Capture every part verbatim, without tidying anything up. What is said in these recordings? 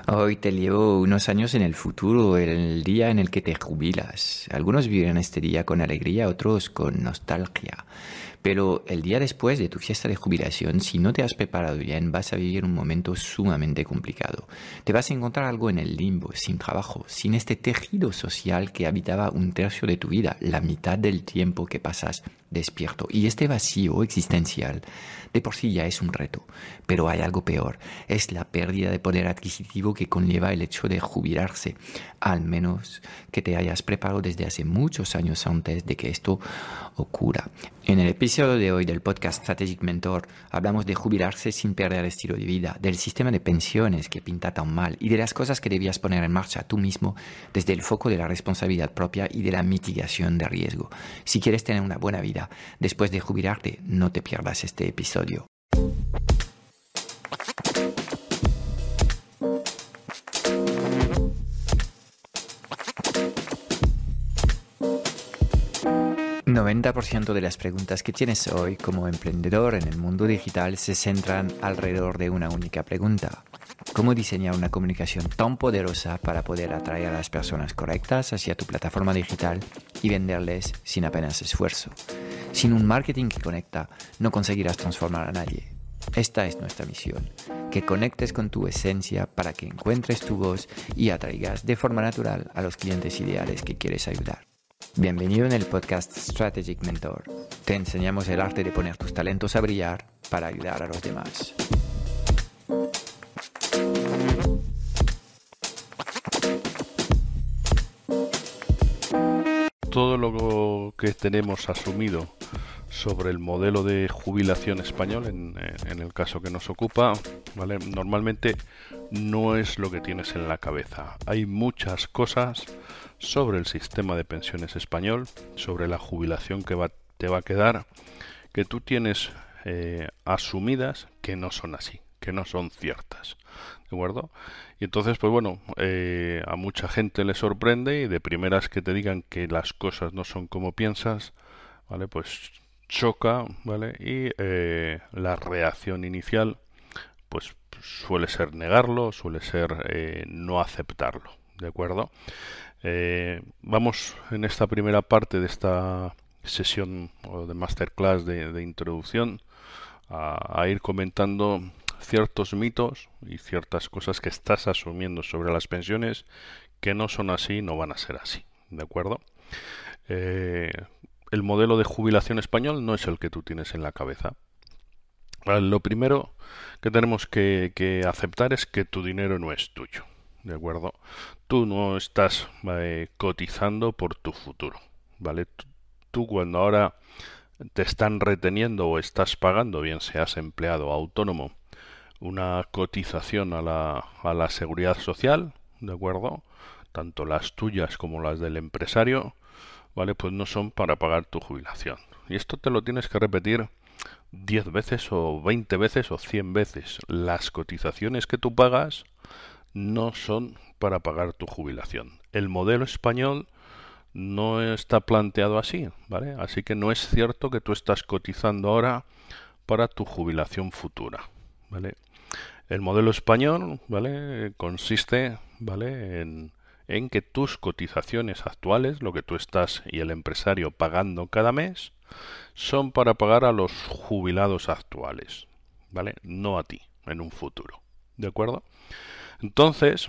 Hoy te llevo unos años en el futuro, el día en el que te jubilas. Algunos viven este día con alegría, otros con nostalgia. Pero el día después de tu fiesta de jubilación, si no te has preparado bien, vas a vivir un momento sumamente complicado. Te vas a encontrar algo en el limbo, sin trabajo, sin este tejido social que habitaba un tercio de tu vida, la mitad del tiempo que pasas despierto. Y este vacío existencial de por sí ya es un reto. Pero hay algo peor, es la pérdida de poder adquisitivo que conlleva el hecho de jubilarse, al menos que te hayas preparado desde hace muchos años antes de que esto ocurra. En el episodio de hoy del podcast Strategic Mentor hablamos de jubilarse sin perder el estilo de vida, del sistema de pensiones que pinta tan mal y de las cosas que debías poner en marcha tú mismo desde el foco de la responsabilidad propia y de la mitigación de riesgo. Si quieres tener una buena vida después de jubilarte, no te pierdas este episodio. noventa por ciento de las preguntas que tienes hoy como emprendedor en el mundo digital se centran alrededor de una única pregunta. ¿Cómo diseñar una comunicación tan poderosa para poder atraer a las personas correctas hacia tu plataforma digital y venderles sin apenas esfuerzo? Sin un marketing que conecta, no conseguirás transformar a nadie. Esta es nuestra misión, que conectes con tu esencia para que encuentres tu voz y atraigas de forma natural a los clientes ideales que quieres ayudar. Bienvenido en el podcast Strategic Mentor. Te enseñamos el arte de poner tus talentos a brillar para ayudar a los demás. Todo lo que tenemos asumido sobre el modelo de jubilación español, en, en el caso que nos ocupa, ¿vale? Normalmente no es lo que tienes en la cabeza. Hay muchas cosas sobre el sistema de pensiones español, sobre la jubilación que va, te va a quedar, que tú tienes eh, asumidas que no son así, que no son ciertas, ¿de acuerdo? Y entonces, pues bueno, eh, a mucha gente le sorprende y de primeras que te digan que las cosas no son como piensas, ¿vale? Pues choca, ¿vale? Y eh, la reacción inicial, pues suele ser negarlo, suele ser eh, no aceptarlo, ¿de acuerdo? Eh, vamos en esta primera parte de esta sesión o de masterclass de, de introducción a, a ir comentando ciertos mitos y ciertas cosas que estás asumiendo sobre las pensiones que no son así, no van a ser así, ¿de acuerdo? Eh, el modelo de jubilación español no es el que tú tienes en la cabeza. Vale, lo primero que tenemos que, que aceptar es que tu dinero no es tuyo, ¿de acuerdo? Tú no estás eh, cotizando por tu futuro, ¿vale? Tú, tú cuando ahora te están reteniendo o estás pagando, bien seas empleado o autónomo, una cotización a la, a la seguridad social, ¿de acuerdo? Tanto las tuyas como las del empresario, ¿vale? Pues no son para pagar tu jubilación. Y esto te lo tienes que repetir diez veces o veinte veces o cien veces. Las cotizaciones que tú pagas no son para pagar tu jubilación. El modelo español no está planteado así, ¿vale? Así que no es cierto que tú estás cotizando ahora para tu jubilación futura, ¿vale? El modelo español, ¿vale? Consiste, ¿vale? En, en que tus cotizaciones actuales, lo que tú estás y el empresario pagando cada mes, son para pagar a los jubilados actuales, ¿vale? No a ti, en un futuro, ¿de acuerdo? Entonces,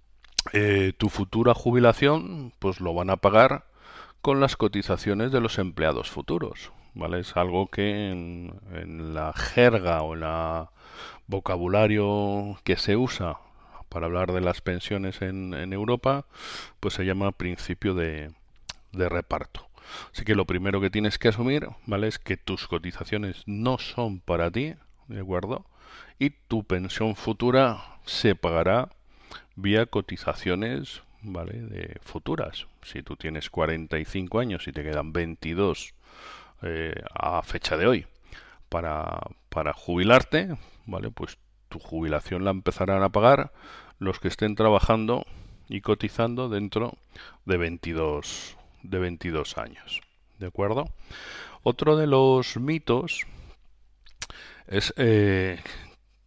eh, tu futura jubilación, pues lo van a pagar con las cotizaciones de los empleados futuros, ¿vale? Es algo que en, en la jerga o en la vocabulario que se usa para hablar de las pensiones en, en Europa, pues se llama principio de, de reparto. Así que lo primero que tienes que asumir, ¿vale? Es que tus cotizaciones no son para ti, ¿de acuerdo? Y tu pensión futura se pagará vía cotizaciones, ¿vale? De futuras. Si tú tienes cuarenta y cinco años y te quedan veintidós eh, a fecha de hoy para, para jubilarte, ¿vale? Pues tu jubilación la empezarán a pagar los que estén trabajando y cotizando dentro de veintidós, de veintidós años, ¿de acuerdo? Otro de los mitos es eh,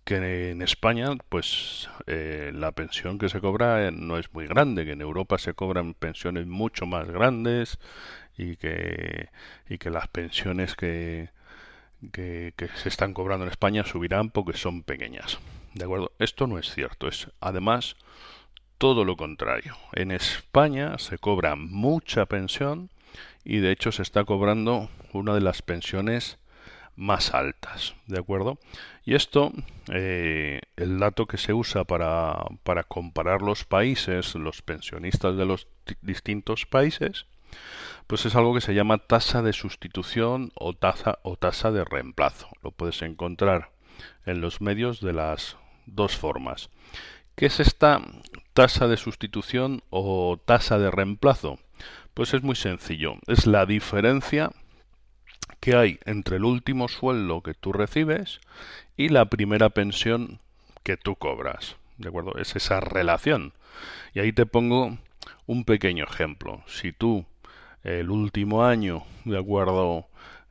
que en España, pues eh, la pensión que se cobra eh, no es muy grande, que en Europa se cobran pensiones mucho más grandes y que, y que las pensiones que, que, que se están cobrando en España subirán porque son pequeñas. ¿De acuerdo? Esto no es cierto, es además todo lo contrario. En España se cobra mucha pensión y de hecho se está cobrando una de las pensiones más altas, ¿de acuerdo? Y esto, eh, el dato que se usa para, para comparar los países, los pensionistas de los distintos países, pues es algo que se llama tasa de sustitución o tasa, o tasa de reemplazo. Lo puedes encontrar en los medios de las dos formas. ¿Qué es esta tasa de sustitución o tasa de reemplazo? Pues es muy sencillo. Es la diferencia que hay entre el último sueldo que tú recibes y la primera pensión que tú cobras. ¿De acuerdo? Es esa relación. Y ahí te pongo un pequeño ejemplo. Si tú el último año, de acuerdo,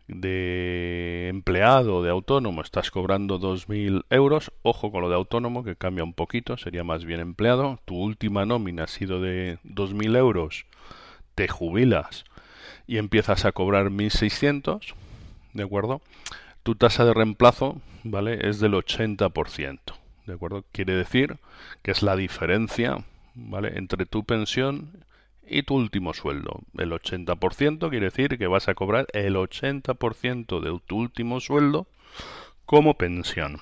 de empleado, de autónomo, estás cobrando dos mil euros, ojo con lo de autónomo, que cambia un poquito, sería más bien empleado, tu última nómina ha sido de dos mil euros, te jubilas y empiezas a cobrar mil seiscientos, ¿de acuerdo? Tu tasa de reemplazo, ¿vale?, es del ochenta por ciento, ¿de acuerdo? Quiere decir que es la diferencia, ¿vale?, entre tu pensión y tu último sueldo. El ochenta por ciento quiere decir que vas a cobrar el ochenta por ciento de tu último sueldo como pensión.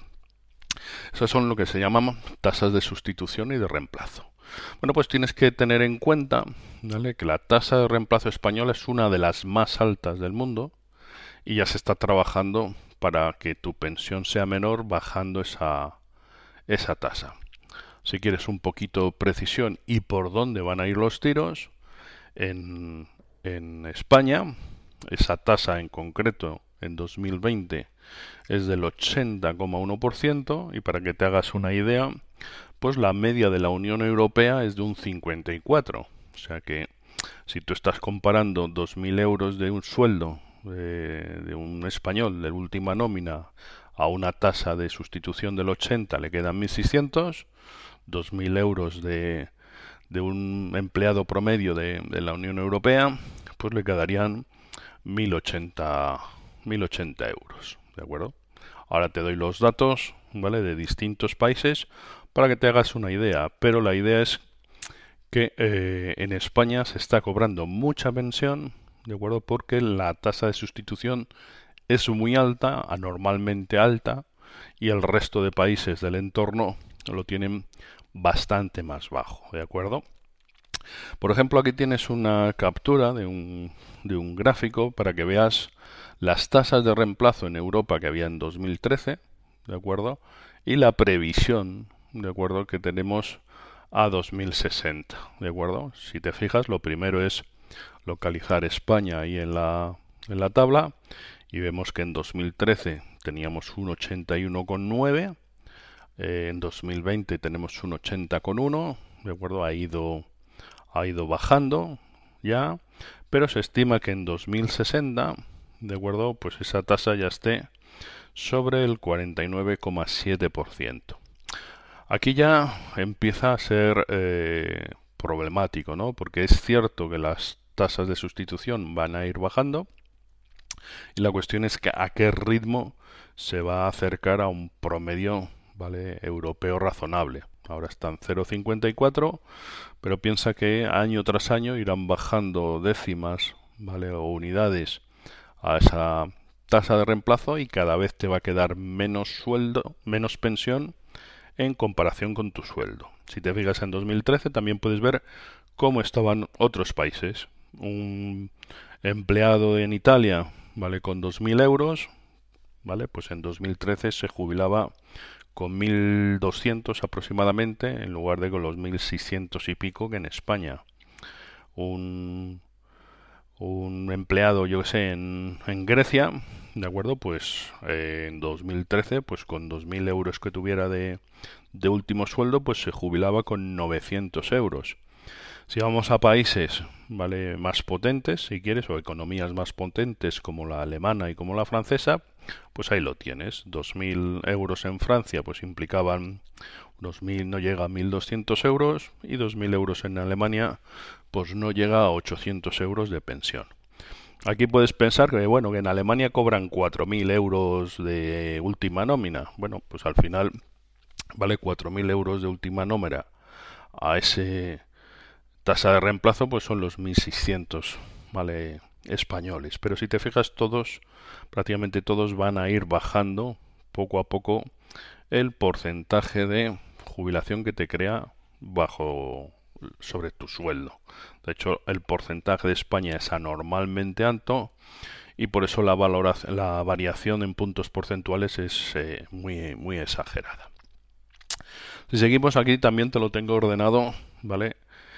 Esas son lo que se llaman tasas de sustitución y de reemplazo. Bueno, pues tienes que tener en cuenta, ¿vale?, que la tasa de reemplazo española es una de las más altas del mundo y ya se está trabajando para que tu pensión sea menor bajando esa, esa tasa. Si quieres un poquito precisión y por dónde van a ir los tiros, en, en España esa tasa en concreto en dos mil veinte es del ochenta coma uno por ciento y para que te hagas una idea, pues la media de la Unión Europea es de un cincuenta y cuatro por ciento. O sea que si tú estás comparando dos mil euros de un sueldo de, de un español de última nómina a una tasa de sustitución del ochenta, le quedan mil seiscientos, dos mil euros de, de un empleado promedio de, de la Unión Europea, pues le quedarían mil ochenta euros, ¿de acuerdo? Ahora te doy los datos, ¿vale?, de distintos países para que te hagas una idea, pero la idea es que eh, en España se está cobrando mucha pensión, ¿de acuerdo?, porque la tasa de sustitución es muy alta, anormalmente alta, y el resto de países del entorno lo tienen bastante más bajo, ¿de acuerdo? Por ejemplo, aquí tienes una captura de un, de un gráfico para que veas las tasas de reemplazo en Europa que había en dos mil trece, ¿de acuerdo?, y la previsión, ¿de acuerdo?, que tenemos a dos mil sesenta, ¿de acuerdo? Si te fijas, lo primero es localizar España ahí en la, en la tabla y vemos que en dos mil trece teníamos un ochenta y uno coma nueve, eh, en dos mil veinte tenemos un ochenta coma uno, ¿de acuerdo? Ha ido, ha ido bajando ya, pero se estima que en dos mil sesenta, ¿de acuerdo?, pues esa tasa ya esté sobre el cuarenta y nueve coma siete por ciento. Aquí ya empieza a ser eh, problemático, ¿no? Porque es cierto que las tasas de sustitución van a ir bajando y la cuestión es que a qué ritmo se va a acercar a un promedio, ¿vale?, europeo razonable. Ahora están cero coma cincuenta y cuatro, pero piensa que año tras año irán bajando décimas, ¿vale?, o unidades a esa tasa de reemplazo y cada vez te va a quedar menos sueldo, menos pensión en comparación con tu sueldo. Si te fijas en dos mil trece también puedes ver cómo estaban otros países. Un empleado en Italia, ¿vale?, con dos mil euros, ¿vale?, pues en dos mil trece se jubilaba con mil doscientos aproximadamente en lugar de con los mil seiscientos y pico que en España. Un, un empleado, yo que sé, en, en Grecia, ¿de acuerdo?, pues eh, en dos mil trece, pues con dos mil euros que tuviera de, de último sueldo, pues se jubilaba con novecientos euros. Si vamos a países, ¿vale?, más potentes, si quieres, o economías más potentes como la alemana y como la francesa, pues ahí lo tienes. dos mil euros en Francia pues implicaban unos mil, no llega a mil doscientos euros, y dos mil euros en Alemania pues no llega a ochocientos euros de pensión. Aquí puedes pensar que, bueno, que en Alemania cobran cuatro mil euros de última nómina. Bueno, pues al final vale cuatro mil euros de última nómina a ese tasa de reemplazo, pues son los mil seiscientos, ¿vale?, españoles. Pero si te fijas, todos, prácticamente todos van a ir bajando poco a poco el porcentaje de jubilación que te crea bajo sobre tu sueldo. De hecho, el porcentaje de España es anormalmente alto y por eso la valoración, la variación en puntos porcentuales es eh, muy, muy exagerada. Si seguimos aquí, también te lo tengo ordenado, ¿vale?,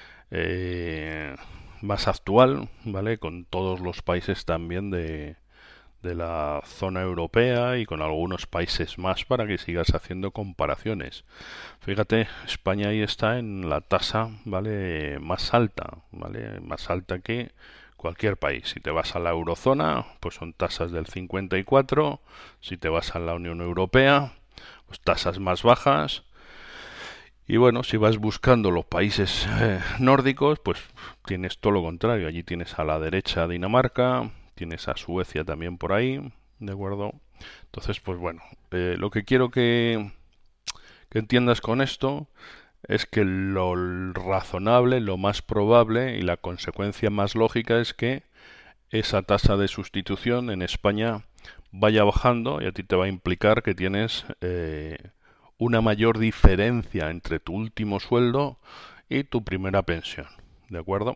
Eh, más actual, ¿vale?, con todos los países también de, de la zona europea y con algunos países más para que sigas haciendo comparaciones. Fíjate, España ahí está en la tasa, ¿vale?, más alta, ¿vale?, más alta que cualquier país. Si te vas a la eurozona, pues son tasas del cincuenta y cuatro. Si te vas a la Unión Europea, pues tasas más bajas. Y bueno, si vas buscando los países eh, nórdicos, pues tienes todo lo contrario. Allí tienes a la derecha Dinamarca, tienes a Suecia también por ahí, ¿de acuerdo? Entonces, pues bueno, eh, lo que quiero que, que entiendas con esto es que lo razonable, lo más probable y la consecuencia más lógica es que esa tasa de sustitución en España vaya bajando, y a ti te va a implicar que tienes Eh, una mayor diferencia entre tu último sueldo y tu primera pensión, ¿de acuerdo?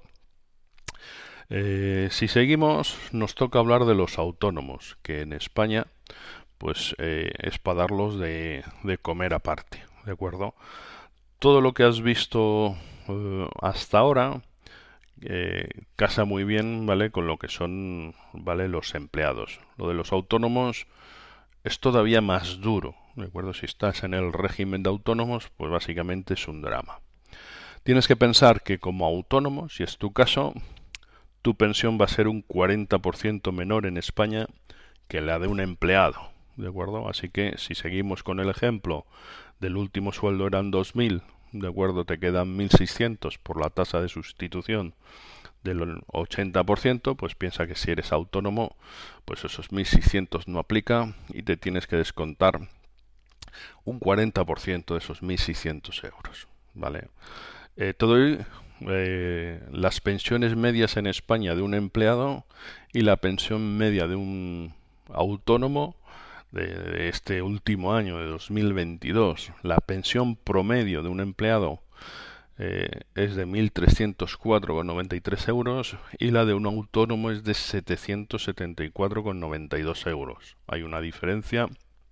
Eh, si seguimos, nos toca hablar de los autónomos, que en España pues eh, es para darlos de, de comer aparte, ¿de acuerdo? Todo lo que has visto eh, hasta ahora eh, casa muy bien, ¿vale?, con lo que son, ¿vale?, los empleados. Lo de los autónomos es todavía más duro, ¿de acuerdo? Si estás en el régimen de autónomos, pues básicamente es un drama. Tienes que pensar que como autónomo, si es tu caso, tu pensión va a ser un cuarenta por ciento menor en España que la de un empleado, ¿de acuerdo? Así que si seguimos con el ejemplo del último sueldo eran dos mil, ¿de acuerdo?, te quedan mil seiscientos por la tasa de sustitución del ochenta por ciento, pues piensa que si eres autónomo, pues esos mil seiscientos no aplica y te tienes que descontar un cuarenta por ciento de esos mil seiscientos euros, ¿vale? Eh, todo eh, las pensiones medias en España de un empleado y la pensión media de un autónomo de, de este último año, de dos mil veintidós, la pensión promedio de un empleado Eh, es de mil trescientos cuatro con noventa y tres euros y la de un autónomo es de setecientos setenta y cuatro con noventa y dos euros. Hay una diferencia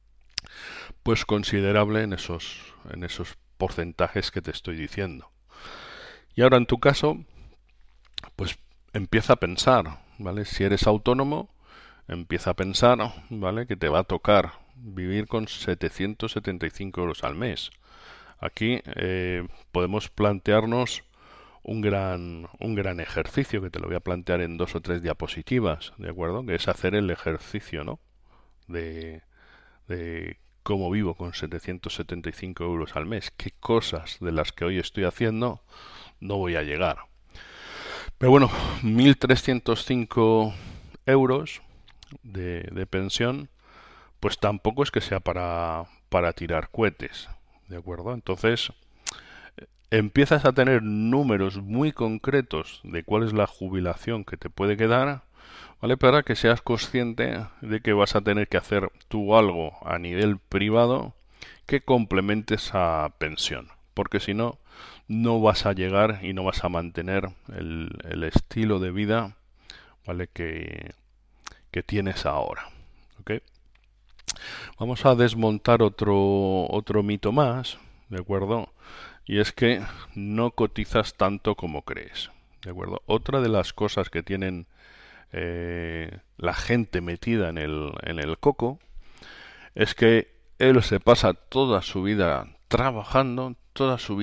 pues considerable en esos, en esos porcentajes que te estoy diciendo. Y ahora en tu caso, pues empieza a pensar, ¿vale? Si eres autónomo, empieza a pensar, ¿vale?, que te va a tocar vivir con setecientos setenta y cinco euros al mes. Aquí eh, podemos plantearnos un gran, un gran ejercicio que te lo voy a plantear en dos o tres diapositivas, ¿de acuerdo? Que es hacer el ejercicio, ¿no?, de, de cómo vivo con setecientos setenta y cinco euros al mes. ¿Qué cosas de las que hoy estoy haciendo no voy a llegar? Pero bueno, mil trescientos cinco euros de, de pensión, pues tampoco es que sea para, para tirar cohetes. ¿De acuerdo? Entonces, empiezas a tener números muy concretos de cuál es la jubilación que te puede quedar, ¿vale?, para que seas consciente de que vas a tener que hacer tú algo a nivel privado que complemente esa pensión, porque si no, no vas a llegar y no vas a mantener el, el estilo de vida, ¿vale?, que, que tienes ahora. ¿Ok? Vamos a desmontar otro, otro mito más, ¿de acuerdo? Y es que no cotizas tanto como crees, ¿de acuerdo? Otra de las cosas que tienen eh, la gente metida en el, en el coco es que él se pasa toda su vida trabajando, toda su vida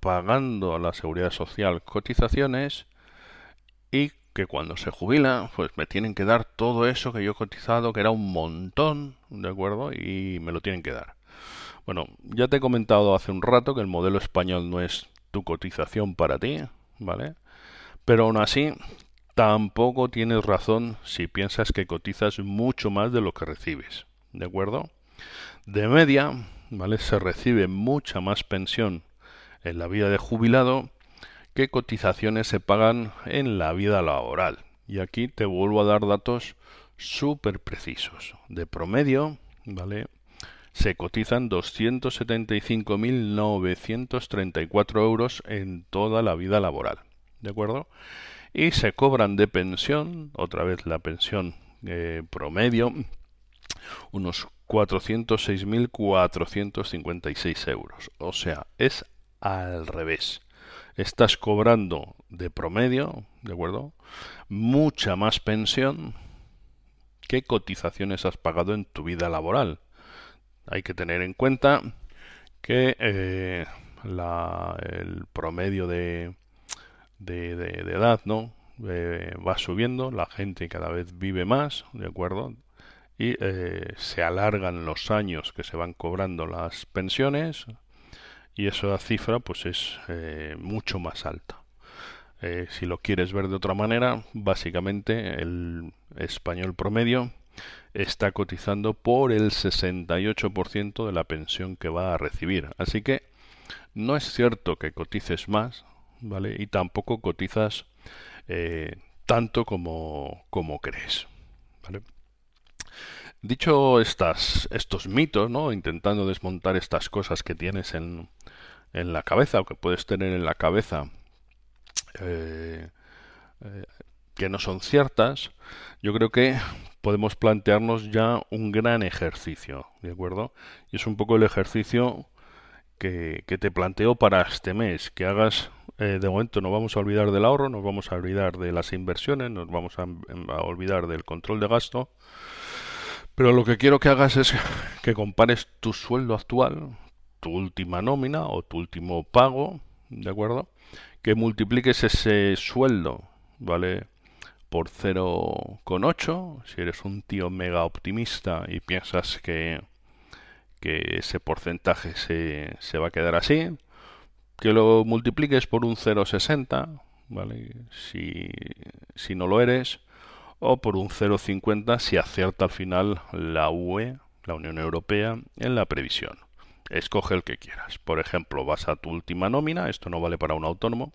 pagando a la Seguridad Social cotizaciones y que cuando se jubila, pues me tienen que dar todo eso que yo he cotizado, que era un montón, ¿de acuerdo? Y me lo tienen que dar. Bueno, ya te he comentado hace un rato que el modelo español no es tu cotización para ti, ¿vale? Pero aún así, tampoco tienes razón si piensas que cotizas mucho más de lo que recibes, ¿de acuerdo? De media, ¿vale? Se recibe mucha más pensión en la vida de jubilado que cotizaciones se pagan en la vida laboral. Y aquí te vuelvo a dar datos súper precisos. De promedio, ¿vale? Se cotizan doscientos setenta y cinco mil novecientos treinta y cuatro euros en toda la vida laboral, ¿de acuerdo? Y se cobran de pensión, otra vez la pensión eh, promedio, unos cuatrocientos seis mil cuatrocientos cincuenta y seis euros. O sea, es al revés. Estás cobrando de promedio, ¿de acuerdo? Mucha más pensión que cotizaciones has pagado en tu vida laboral. Hay que tener en cuenta que eh, la, el promedio de, de, de, de edad, ¿no? Eh, va subiendo, la gente cada vez vive más, ¿de acuerdo? Y eh, se alargan los años que se van cobrando las pensiones y esa cifra pues es eh, mucho más alta. Eh, si lo quieres ver de otra manera, básicamente el español promedio está cotizando por el sesenta y ocho por ciento de la pensión que va a recibir. Así que no es cierto que cotices más, ¿vale? Y tampoco cotizas eh, tanto como, como crees, ¿vale? Dicho estas, estos mitos, ¿no? Intentando desmontar estas cosas que tienes en, en la cabeza o que puedes tener en la cabeza eh, eh, que no son ciertas, yo creo que podemos plantearnos ya un gran ejercicio, ¿de acuerdo? Y es un poco el ejercicio que, que te planteo para este mes, que hagas, eh, de momento nos vamos a olvidar del ahorro, nos vamos a olvidar de las inversiones, nos vamos a, a olvidar del control de gasto, pero lo que quiero que hagas es que compares tu sueldo actual, tu última nómina o tu último pago, ¿de acuerdo? Que multipliques ese sueldo, ¿vale? Por cero coma ocho, si eres un tío mega optimista y piensas que, que ese porcentaje se, se va a quedar así, que lo multipliques por un cero coma sesenta, ¿vale? Si, si no lo eres, o por un cero coma cincuenta si acierta al final la U E, la Unión Europea, en la previsión. Escoge el que quieras. Por ejemplo, vas a tu última nómina, esto no vale para un autónomo,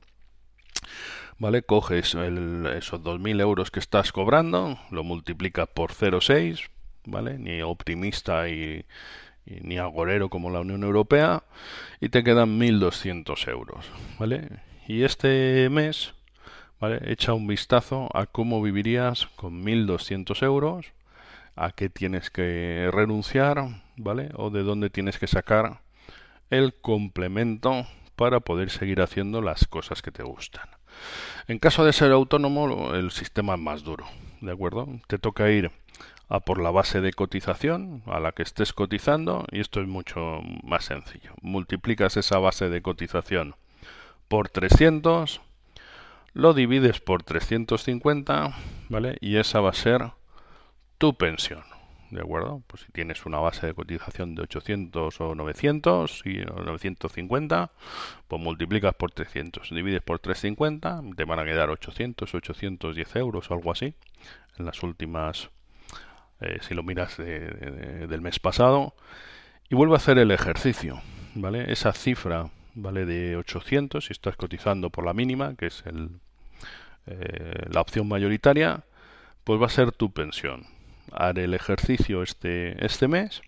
¿vale? Coges el, esos dos mil euros que estás cobrando, lo multiplicas por cero coma seis, ¿vale? Ni optimista y, y ni agorero como la Unión Europea, y te quedan mil doscientos euros, ¿vale? Y este mes, ¿vale? Echa un vistazo a cómo vivirías con mil doscientos euros, a qué tienes que renunciar, ¿vale? O de dónde tienes que sacar el complemento para poder seguir haciendo las cosas que te gustan. En caso de ser autónomo, el sistema es más duro, ¿de acuerdo? Te toca ir a por la base de cotización a la que estés cotizando y esto es mucho más sencillo. Multiplicas esa base de cotización por trescientos, lo divides por trescientos cincuenta, ¿vale? Y esa va a ser tu pensión, ¿de acuerdo? Pues si tienes una base de cotización de ochocientos o novecientos y o novecientos cincuenta, pues multiplicas por trescientos, divides por trescientos cincuenta, te van a quedar ochocientos, ochocientos diez euros o algo así en las últimas, eh, si lo miras de, de, del mes pasado, y vuelve a hacer el ejercicio, ¿vale? Esa cifra, ¿vale? De ochocientos, si estás cotizando por la mínima, que es el, eh, la opción mayoritaria, pues va a ser tu pensión. Haré el ejercicio este, este mes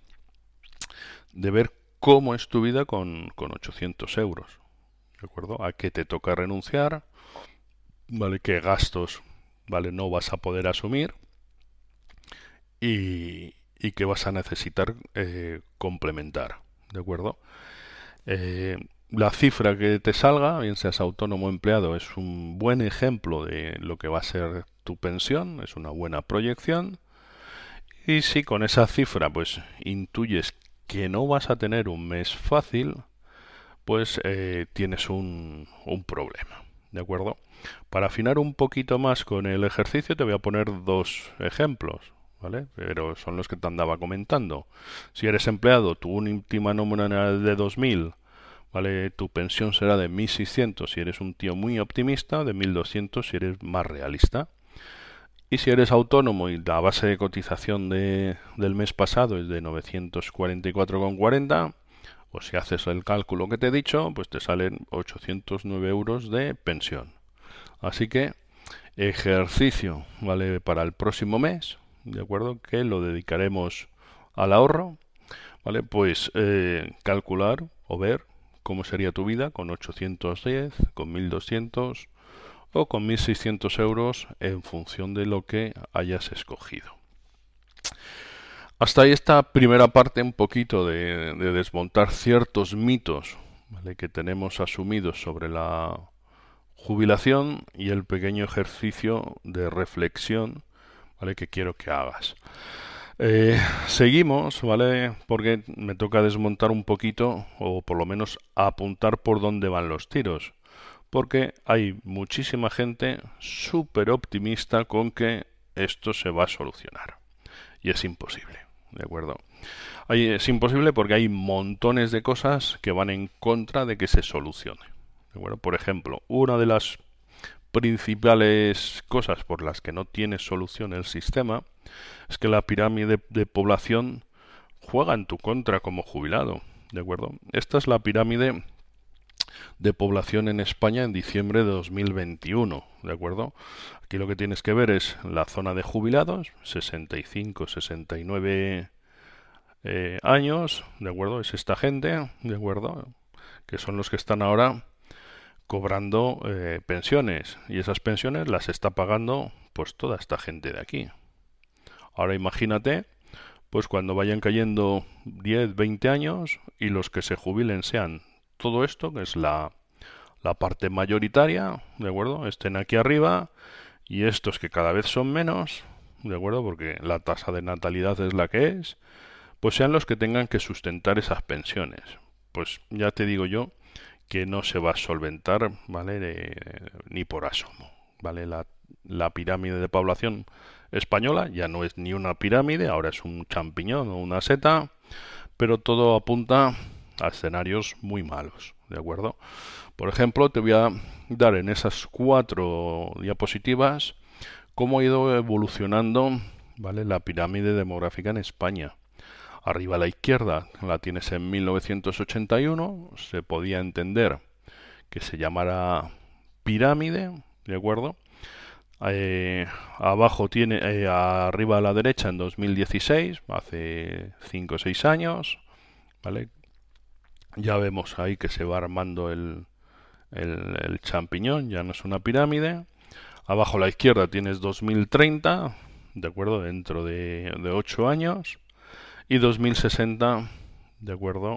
de ver cómo es tu vida con, con ochocientos euros, ¿de acuerdo? A qué te toca renunciar, ¿vale? Qué gastos, ¿vale? No vas a poder asumir y, y qué vas a necesitar eh, complementar, ¿de acuerdo? Eh, la cifra que te salga, bien seas autónomo o empleado, es un buen ejemplo de lo que va a ser tu pensión, es una buena proyección. Y si con esa cifra pues intuyes que no vas a tener un mes fácil, pues eh, tienes un, un problema, ¿de acuerdo? Para afinar un poquito más con el ejercicio te voy a poner dos ejemplos, ¿vale? Pero son los que te andaba comentando. Si eres empleado, tu última nómina de dos mil, ¿vale? Tu pensión será de mil seiscientos si eres un tío muy optimista, de mil doscientos si eres más realista. Y si eres autónomo y la base de cotización de, del mes pasado es de novecientos cuarenta y cuatro con cuarenta, o si haces el cálculo que te he dicho, pues te salen ochocientos nueve euros de pensión. Así que ejercicio, ¿vale? Para el próximo mes, ¿de acuerdo? Que lo dedicaremos al ahorro, ¿vale? Pues eh, calcular o ver cómo sería tu vida con ochocientos diez, con mil doscientos o con mil seiscientos euros en función de lo que hayas escogido. Hasta ahí esta primera parte un poquito de, de desmontar ciertos mitos, ¿vale? Que tenemos asumidos sobre la jubilación y el pequeño ejercicio de reflexión, ¿vale? Que quiero que hagas. Eh, seguimos, ¿vale? Porque me toca desmontar un poquito, o por lo menos apuntar por dónde van los tiros. Porque hay muchísima gente súper optimista con que esto se va a solucionar. Y es imposible, ¿de acuerdo? Hay, es imposible porque hay montones de cosas que van en contra de que se solucione. ¿De acuerdo? Por ejemplo, una de las principales cosas por las que no tiene solución el sistema es que la pirámide de población juega en tu contra como jubilado, ¿de acuerdo? Esta es la pirámide de población en España en diciembre de dos mil veintiuno, ¿de acuerdo? Aquí lo que tienes que ver es la zona de jubilados, sesenta y cinco, sesenta y nueve eh, años, ¿de acuerdo? Es esta gente, ¿de acuerdo? Que son los que están ahora cobrando eh, pensiones, y esas pensiones las está pagando pues toda esta gente de aquí. Ahora imagínate pues cuando vayan cayendo diez, veinte años y los que se jubilen sean todo esto, que es la, la parte mayoritaria, ¿de acuerdo? Estén aquí arriba, y estos que cada vez son menos, ¿de acuerdo? Porque la tasa de natalidad es la que es, pues sean los que tengan que sustentar esas pensiones. Pues ya te digo yo que no se va a solventar, ¿vale? De, ni por asomo, ¿vale? La, la pirámide de población española ya no es ni una pirámide, ahora es un champiñón o una seta, pero todo apunta a escenarios muy malos, ¿de acuerdo? Por ejemplo, te voy a dar en esas cuatro diapositivas cómo ha ido evolucionando, ¿vale? La pirámide demográfica en España. Arriba a la izquierda la tienes en mil novecientos ochenta y uno, se podía entender que se llamara pirámide, ¿de acuerdo? Eh, abajo tiene, eh, arriba a la derecha en dos mil dieciséis, hace cinco o seis años, ¿vale? Ya vemos ahí que se va armando el, el, el champiñón, ya no es una pirámide. Abajo a la izquierda tienes dos mil treinta, ¿de acuerdo? Dentro de, de ocho años. Y dos mil sesenta, ¿de acuerdo?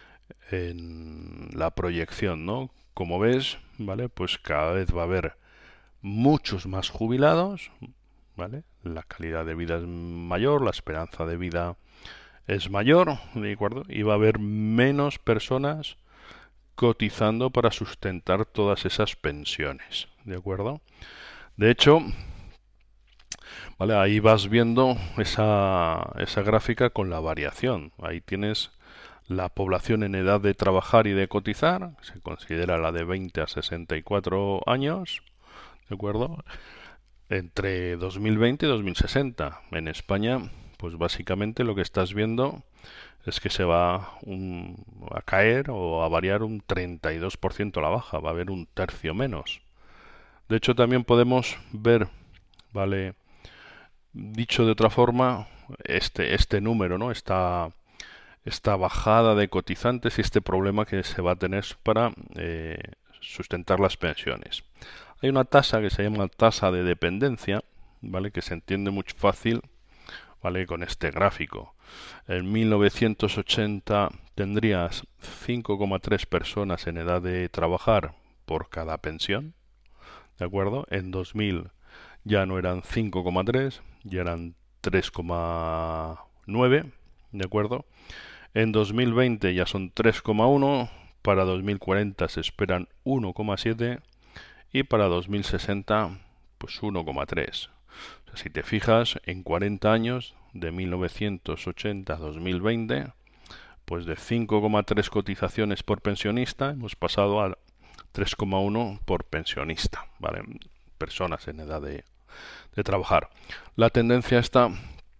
En la proyección, ¿no? Como ves, ¿vale? Pues cada vez va a haber muchos más jubilados, ¿vale? La calidad de vida es mayor, la esperanza de vida es mayor, ¿de acuerdo? Y va a haber menos personas cotizando para sustentar todas esas pensiones, ¿de acuerdo? De hecho, vale, ahí vas viendo esa, esa gráfica con la variación. Ahí tienes la población en edad de trabajar y de cotizar, se considera la de veinte a sesenta y cuatro años, ¿de acuerdo? Entre dos mil veinte y dos mil sesenta. En España, pues básicamente lo que estás viendo es que se va un, a caer o a variar un treinta y dos por ciento a la baja, va a haber un tercio menos. De hecho, también podemos ver, ¿vale? Dicho de otra forma, este, este número, ¿no? Esta, esta bajada de cotizantes y este problema que se va a tener para eh, sustentar las pensiones. Hay una tasa que se llama tasa de dependencia, ¿vale? Que se entiende muy fácil, ¿vale? Con este gráfico. En mil novecientos ochenta tendrías cinco coma tres personas en edad de trabajar por cada pensión, ¿de acuerdo? En dos mil ya no eran cinco coma tres, ya eran tres coma nueve, ¿de acuerdo? En dos mil veinte ya son tres coma uno, para dos mil cuarenta se esperan uno coma siete y para dos mil sesenta pues uno coma tres. O sea, si te fijas, en cuarenta años, de mil novecientos ochenta a dos mil veinte, pues de cinco coma tres cotizaciones por pensionista hemos pasado a tres coma uno por pensionista, ¿vale? Personas en edad de, de trabajar. La tendencia esta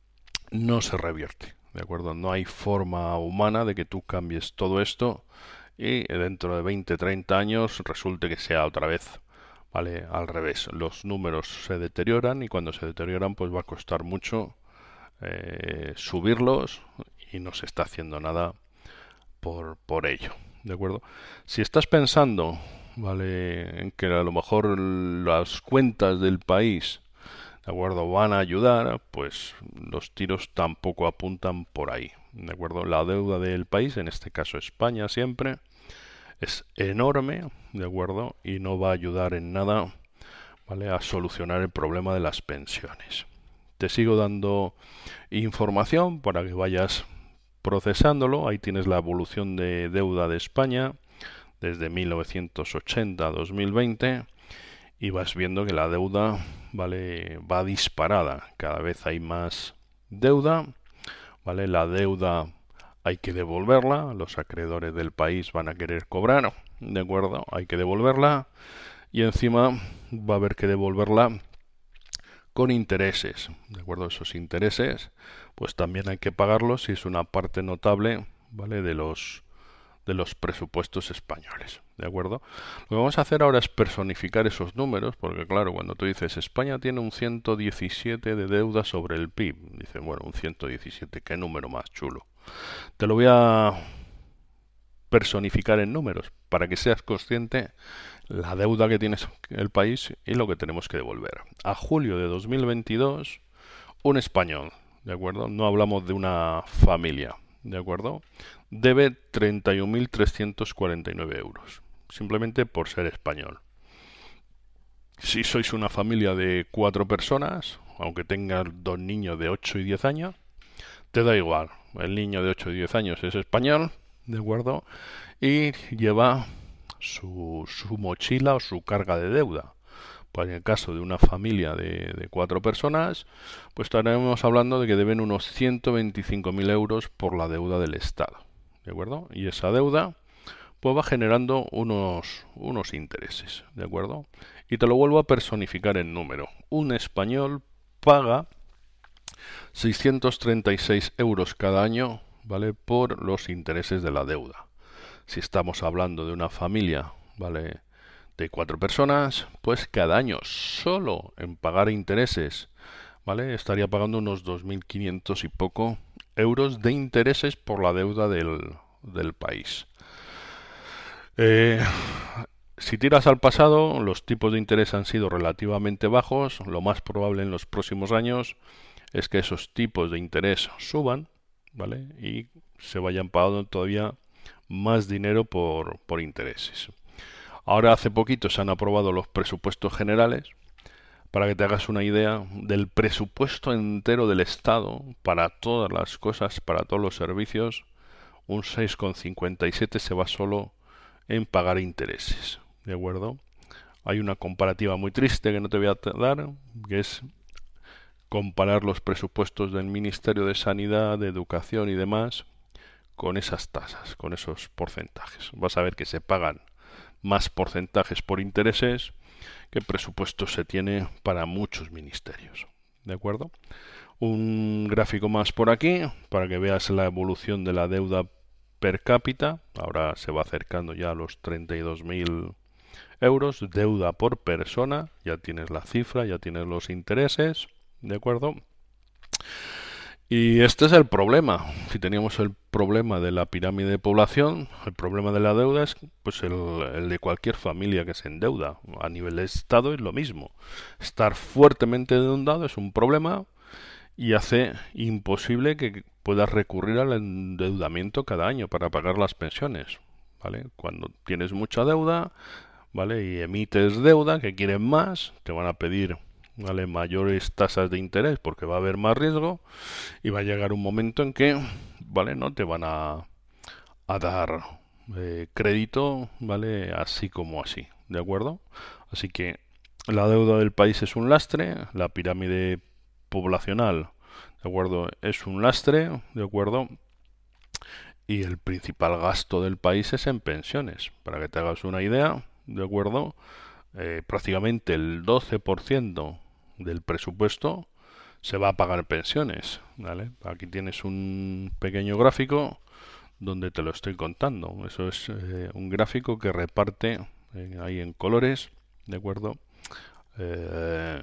no se revierte, ¿de acuerdo? No hay forma humana de que tú cambies todo esto y dentro de veinte, treinta años resulte que sea otra vez, ¿vale? Al revés. Los números se deterioran y cuando se deterioran pues va a costar mucho eh, subirlos y no se está haciendo nada por, por ello, ¿de acuerdo? Si estás pensando, ¿vale?, en que a lo mejor las cuentas del país, ¿de acuerdo?, van a ayudar, pues los tiros tampoco apuntan por ahí, ¿de acuerdo? La deuda del país, en este caso España siempre, es enorme, ¿de acuerdo? Y no va a ayudar en nada, ¿vale?, a solucionar el problema de las pensiones. Te sigo dando información para que vayas procesándolo. Ahí tienes la evolución de deuda de España desde mil novecientos ochenta a dos mil veinte y vas viendo que la deuda, ¿vale?, va disparada. Cada vez hay más deuda, ¿vale? La deuda hay que devolverla, los acreedores del país van a querer cobrar, ¿de acuerdo? Hay que devolverla y encima va a haber que devolverla con intereses, ¿de acuerdo? Esos intereses pues también hay que pagarlos y es una parte notable, ¿vale?, de los de los presupuestos españoles, ¿de acuerdo? Lo que vamos a hacer ahora es personificar esos números, porque claro, cuando tú dices España tiene un ciento diecisiete de deuda sobre el P I B, dicen, bueno, un ciento diecisiete, qué número más chulo. Te lo voy a personificar en números para que seas consciente la deuda que tiene el país y lo que tenemos que devolver. A julio de dos mil veintidós, un español, ¿de acuerdo? No hablamos de una familia, ¿de acuerdo? Debe treinta y un mil trescientos cuarenta y nueve euros, simplemente por ser español. Si sois una familia de cuatro personas, aunque tengas dos niños de ocho y diez años, te da igual. El niño de ocho y diez años es español, ¿de acuerdo? Y lleva su, su mochila o su carga de deuda. Pues en el caso de una familia de, de cuatro personas, pues estaremos hablando de que deben unos ciento veinticinco mil euros por la deuda del Estado, ¿de acuerdo? Y esa deuda pues va generando unos, unos intereses, ¿de acuerdo? Y te lo vuelvo a personificar en número. Un español paga seiscientos treinta y seis euros cada año, ¿vale?, por los intereses de la deuda. Si estamos hablando de una familia, ¿vale?, de cuatro personas, pues cada año solo en pagar intereses, ¿vale?, estaría pagando unos dos mil quinientos y poco euros de intereses por la deuda del, del país. Eh, si tiras al pasado, los tipos de interés han sido relativamente bajos. Lo más probable en los próximos años es que esos tipos de interés suban, ¿vale?, y se vayan pagando todavía más dinero por, por intereses. Ahora hace poquito se han aprobado los presupuestos generales. Para que te hagas una idea del presupuesto entero del Estado para todas las cosas, para todos los servicios, un seis coma cincuenta y siete se va solo en pagar intereses, ¿de acuerdo? Hay una comparativa muy triste que no te voy a dar, que es comparar los presupuestos del Ministerio de Sanidad, de Educación y demás con esas tasas, con esos porcentajes. Vas a ver que se pagan más porcentajes por intereses que presupuesto se tiene para muchos ministerios, ¿de acuerdo? Un gráfico más por aquí para que veas la evolución de la deuda per cápita. Ahora se va acercando ya a los treinta y dos mil euros, deuda por persona. Ya tienes la cifra, ya tienes los intereses, ¿de acuerdo? Y este es el problema. Si teníamos el problema de la pirámide de población, el problema de la deuda es pues el, el de cualquier familia que se endeuda. A nivel de Estado es lo mismo. Estar fuertemente endeudado es un problema y hace imposible que puedas recurrir al endeudamiento cada año para pagar las pensiones, ¿vale? Cuando tienes mucha deuda, ¿vale?, y emites deuda que quieren más, te van a pedir, ¿vale?, mayores tasas de interés porque va a haber más riesgo y va a llegar un momento en que, ¿vale?, no te van a, a dar, eh, crédito, ¿vale? Así como así, ¿de acuerdo? Así que la deuda del país es un lastre, la pirámide poblacional, ¿de acuerdo? Es un lastre, ¿de acuerdo? Y el principal gasto del país es en pensiones. Para que te hagas una idea, ¿de acuerdo? Eh, prácticamente el doce por ciento del presupuesto se va a pagar pensiones, ¿vale? Aquí tienes un pequeño gráfico donde te lo estoy contando. Eso es eh, un gráfico que reparte eh, ahí en colores, ¿de acuerdo? Eh,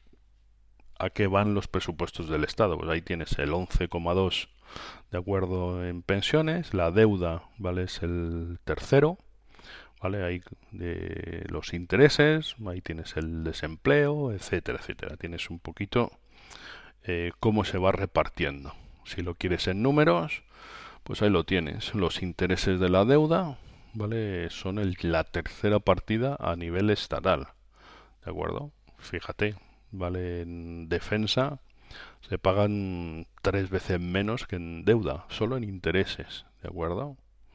¿A qué van los presupuestos del Estado? Pues ahí tienes el once coma dos de acuerdo en pensiones, la deuda, ¿vale? Es el tercero, ¿vale? Ahí de los intereses, ahí tienes el desempleo, etcétera, etcétera. Tienes un poquito eh, cómo se va repartiendo. Si lo quieres en números, pues ahí lo tienes. Los intereses de la deuda, ¿vale? Son el, la tercera partida a nivel estatal, ¿de acuerdo? Fíjate, ¿vale? En defensa se pagan tres veces menos que en deuda, solo en intereses, ¿de acuerdo?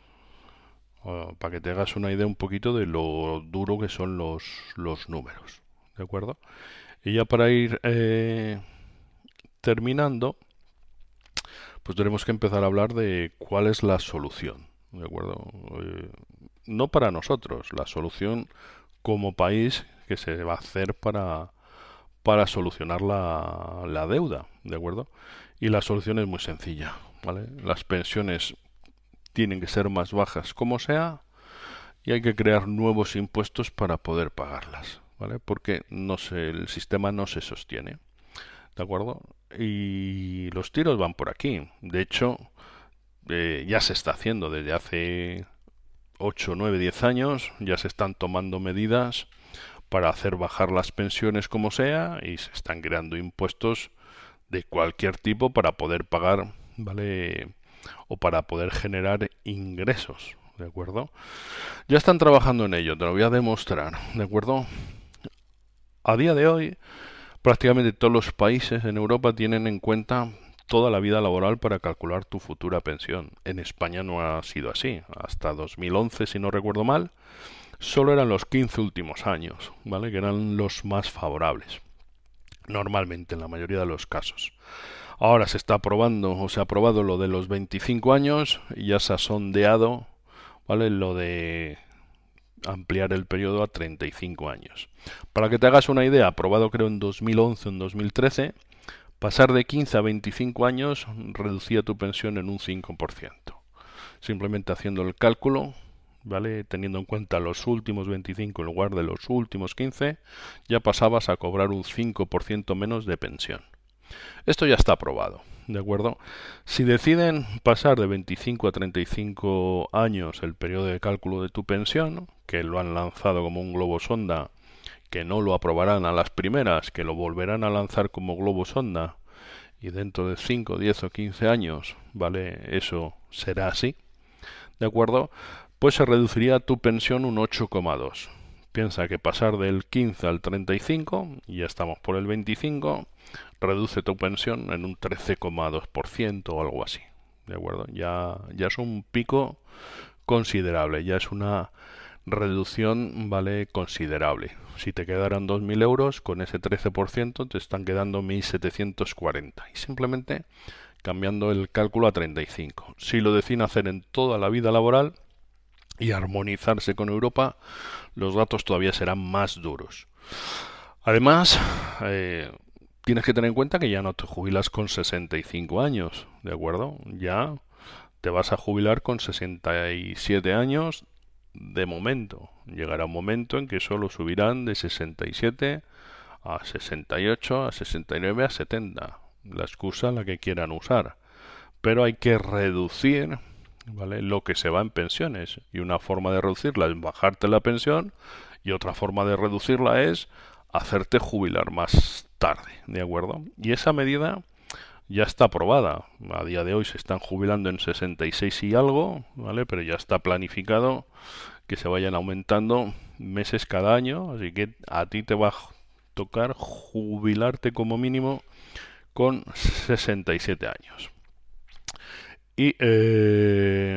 Uh, para que te hagas una idea un poquito de lo duro que son los, los números, ¿de acuerdo? Y ya para ir eh, terminando, pues tenemos que empezar a hablar de cuál es la solución, ¿de acuerdo? Eh, no para nosotros, la solución como país que se va a hacer para, para solucionar la, la deuda, ¿de acuerdo? Y la solución es muy sencilla, ¿vale? Las pensiones tienen que ser más bajas como sea y hay que crear nuevos impuestos para poder pagarlas, ¿vale? Porque no se, el sistema no se sostiene, ¿de acuerdo? Y los tiros van por aquí. De hecho, eh, ya se está haciendo desde hace ocho, nueve, diez años, ya se están tomando medidas para hacer bajar las pensiones como sea y se están creando impuestos de cualquier tipo para poder pagar, ¿vale? O para poder generar ingresos, ¿de acuerdo? Ya están trabajando en ello, te lo voy a demostrar, ¿de acuerdo? A día de hoy, prácticamente todos los países en Europa tienen en cuenta toda la vida laboral para calcular tu futura pensión. En España no ha sido así. Hasta dos mil once, si no recuerdo mal, solo eran los quince últimos años, ¿vale? Que eran los más favorables, normalmente en la mayoría de los casos. Ahora se está aprobando o se ha aprobado lo de los veinticinco años y ya se ha sondeado, ¿vale? Lo de ampliar el periodo a treinta y cinco años. Para que te hagas una idea, aprobado creo en dos mil once o en dos mil trece, pasar de quince a veinticinco años reducía tu pensión en un cinco por ciento. Simplemente haciendo el cálculo, ¿vale? Teniendo en cuenta los últimos veinticinco en lugar de los últimos quince, ya pasabas a cobrar un cinco por ciento menos de pensión. Esto ya está aprobado, ¿de acuerdo? Si deciden pasar de veinticinco a treinta y cinco años el periodo de cálculo de tu pensión, que lo han lanzado como un globo sonda, que no lo aprobarán a las primeras, que lo volverán a lanzar como globo sonda, y dentro de cinco, diez o quince años, ¿vale? Eso será así, ¿de acuerdo? Pues se reduciría tu pensión un ocho coma dos. Piensa que pasar del quince al treinta y cinco, y ya estamos por el veinticinco, reduce tu pensión en un trece coma dos por ciento o algo así, ¿de acuerdo? Ya, ya es un pico considerable, ya es una reducción, ¿vale? Considerable. Si te quedaran dos mil euros, con ese trece por ciento te están quedando mil setecientos cuarenta. Y simplemente cambiando el cálculo a treinta y cinco. Si lo deciden hacer en toda la vida laboral y armonizarse con Europa, los datos todavía serán más duros. Además, eh, tienes que tener en cuenta que ya no te jubilas con sesenta y cinco años, ¿de acuerdo? Ya te vas a jubilar con sesenta y siete años de momento. Llegará un momento en que solo subirán de sesenta y siete a sesenta y ocho, a sesenta y nueve, a setenta. La excusa la que quieran usar. Pero hay que reducir, ¿vale?, lo que se va en pensiones. Y una forma de reducirla es bajarte la pensión y otra forma de reducirla es hacerte jubilar más tarde, ¿de acuerdo? Y esa medida ya está aprobada. A día de hoy se están jubilando en sesenta y seis y algo, ¿vale? Pero ya está planificado que se vayan aumentando meses cada año, así que a ti te va a tocar jubilarte como mínimo con sesenta y siete años. Y eh,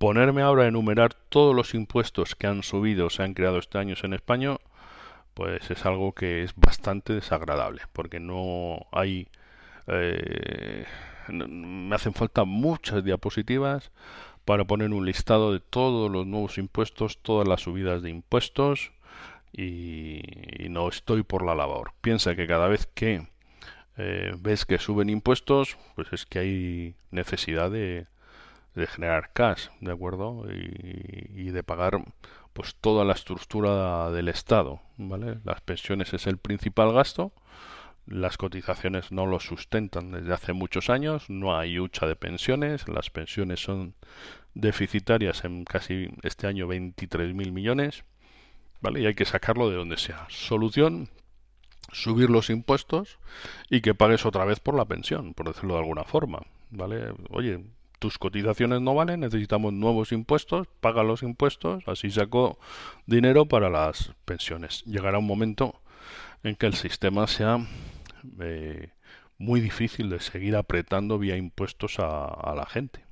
ponerme ahora a enumerar todos los impuestos que han subido o se han creado este año en España, pues es algo que es bastante desagradable, porque no hay... Eh, me hacen falta muchas diapositivas para poner un listado de todos los nuevos impuestos, todas las subidas de impuestos, y, y no estoy por la labor. Piensa que cada vez que eh, ves que suben impuestos, pues es que hay necesidad de, de generar cash, ¿de acuerdo? Y, y de pagar pues toda la estructura del Estado, ¿vale? Las pensiones es el principal gasto. Las cotizaciones no lo sustentan desde hace muchos años, no hay hucha de pensiones, las pensiones son deficitarias en casi este año veintitrés mil millones, ¿vale? Y hay que sacarlo de donde sea. Solución, subir los impuestos y que pagues otra vez por la pensión, por decirlo de alguna forma, ¿vale? Oye, tus cotizaciones no valen, necesitamos nuevos impuestos, paga los impuestos, así saco dinero para las pensiones. Llegará un momento en que el sistema sea eh, muy difícil de seguir apretando vía impuestos a, a la gente.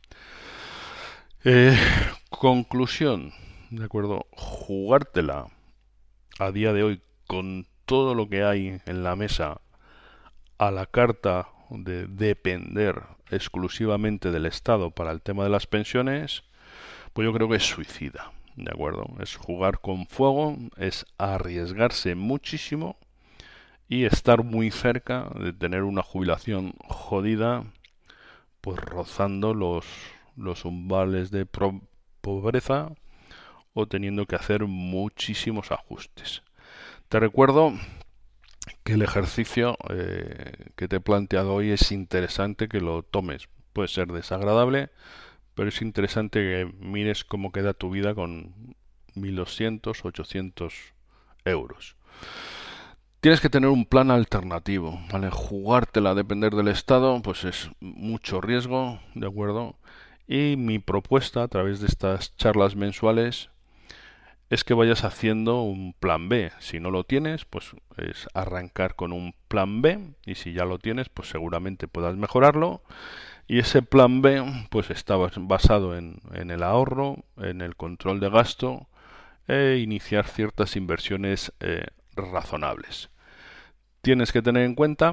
Eh, conclusión, ¿de acuerdo? Jugártela a día de hoy con todo lo que hay en la mesa a la carta de depender exclusivamente del Estado para el tema de las pensiones, pues yo creo que es suicida. ¿De acuerdo? Es jugar con fuego, es arriesgarse muchísimo y estar muy cerca de tener una jubilación jodida, pues rozando los, los umbrales de pro- pobreza o teniendo que hacer muchísimos ajustes. Te recuerdo que el ejercicio eh, que te he planteado hoy es interesante que lo tomes. Puede ser desagradable, pero es interesante que mires cómo queda tu vida con mil doscientos, ochocientos euros. Tienes que tener un plan alternativo, ¿vale? Jugártela a depender del Estado, pues es mucho riesgo, ¿de acuerdo? Y mi propuesta a través de estas charlas mensuales es que vayas haciendo un plan B. Si no lo tienes, pues es arrancar con un plan B, y si ya lo tienes, pues seguramente puedas mejorarlo. Y ese plan B pues está basado en, en el ahorro, en el control de gasto e iniciar ciertas inversiones eh, razonables. Tienes que tener en cuenta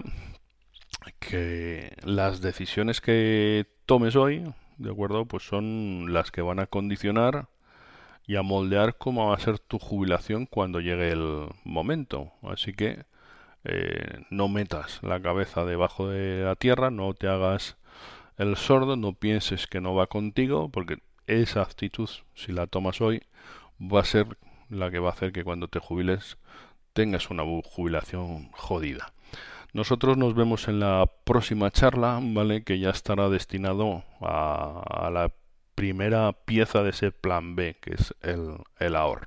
que las decisiones que tomes hoy, ¿de acuerdo? Pues son las que van a condicionar y a moldear cómo va a ser tu jubilación cuando llegue el momento. Así que eh, no metas la cabeza debajo de la tierra, no te hagas el sordo, no pienses que no va contigo, porque esa actitud, si la tomas hoy, va a ser la que va a hacer que cuando te jubiles tengas una jubilación jodida. Nosotros nos vemos en la próxima charla, ¿vale? Que ya estará destinado a, a la primera pieza de ese plan B, que es el, el ahorro.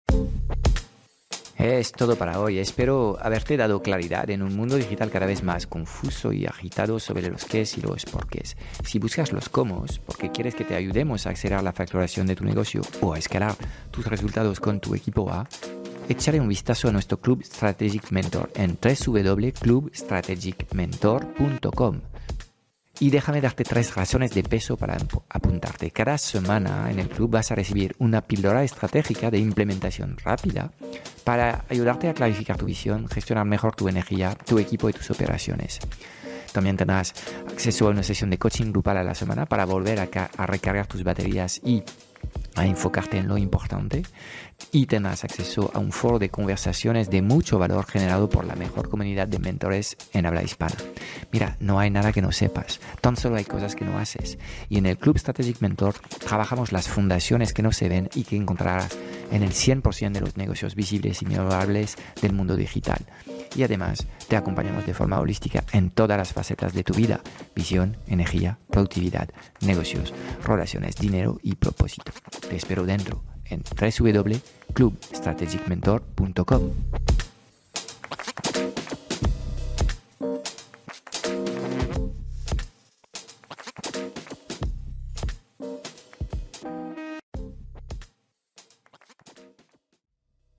Es todo para hoy. Espero haberte dado claridad en un mundo digital cada vez más confuso y agitado sobre los qués y los porqués. Si buscas los cómo, porque quieres que te ayudemos a acelerar la facturación de tu negocio o a escalar tus resultados con tu equipo A, échale un vistazo a nuestro Club Strategic Mentor en doble u doble u doble u punto club strategic mentor punto com. Y déjame darte tres razones de peso para apuntarte. Cada semana en el club vas a recibir una píldora estratégica de implementación rápida para ayudarte a clarificar tu visión, gestionar mejor tu energía, tu equipo y tus operaciones. También tendrás acceso a una sesión de coaching grupal a la semana para volver a, ca- a recargar tus baterías y a enfocarte en lo importante. Y tendrás acceso a un foro de conversaciones de mucho valor generado por la mejor comunidad de mentores en habla hispana. Mira, no hay nada que no sepas, tan solo hay cosas que no haces. Y en el Club Strategic Mentor trabajamos las fundaciones que no se ven y que encontrarás en el cien por ciento de los negocios visibles y memorables del mundo digital. Y además te acompañamos de forma holística en todas las facetas de tu vida: visión, energía, productividad, negocios, relaciones, dinero y propósito. Te espero dentro en doble u doble u doble u punto club strategic mentor punto com.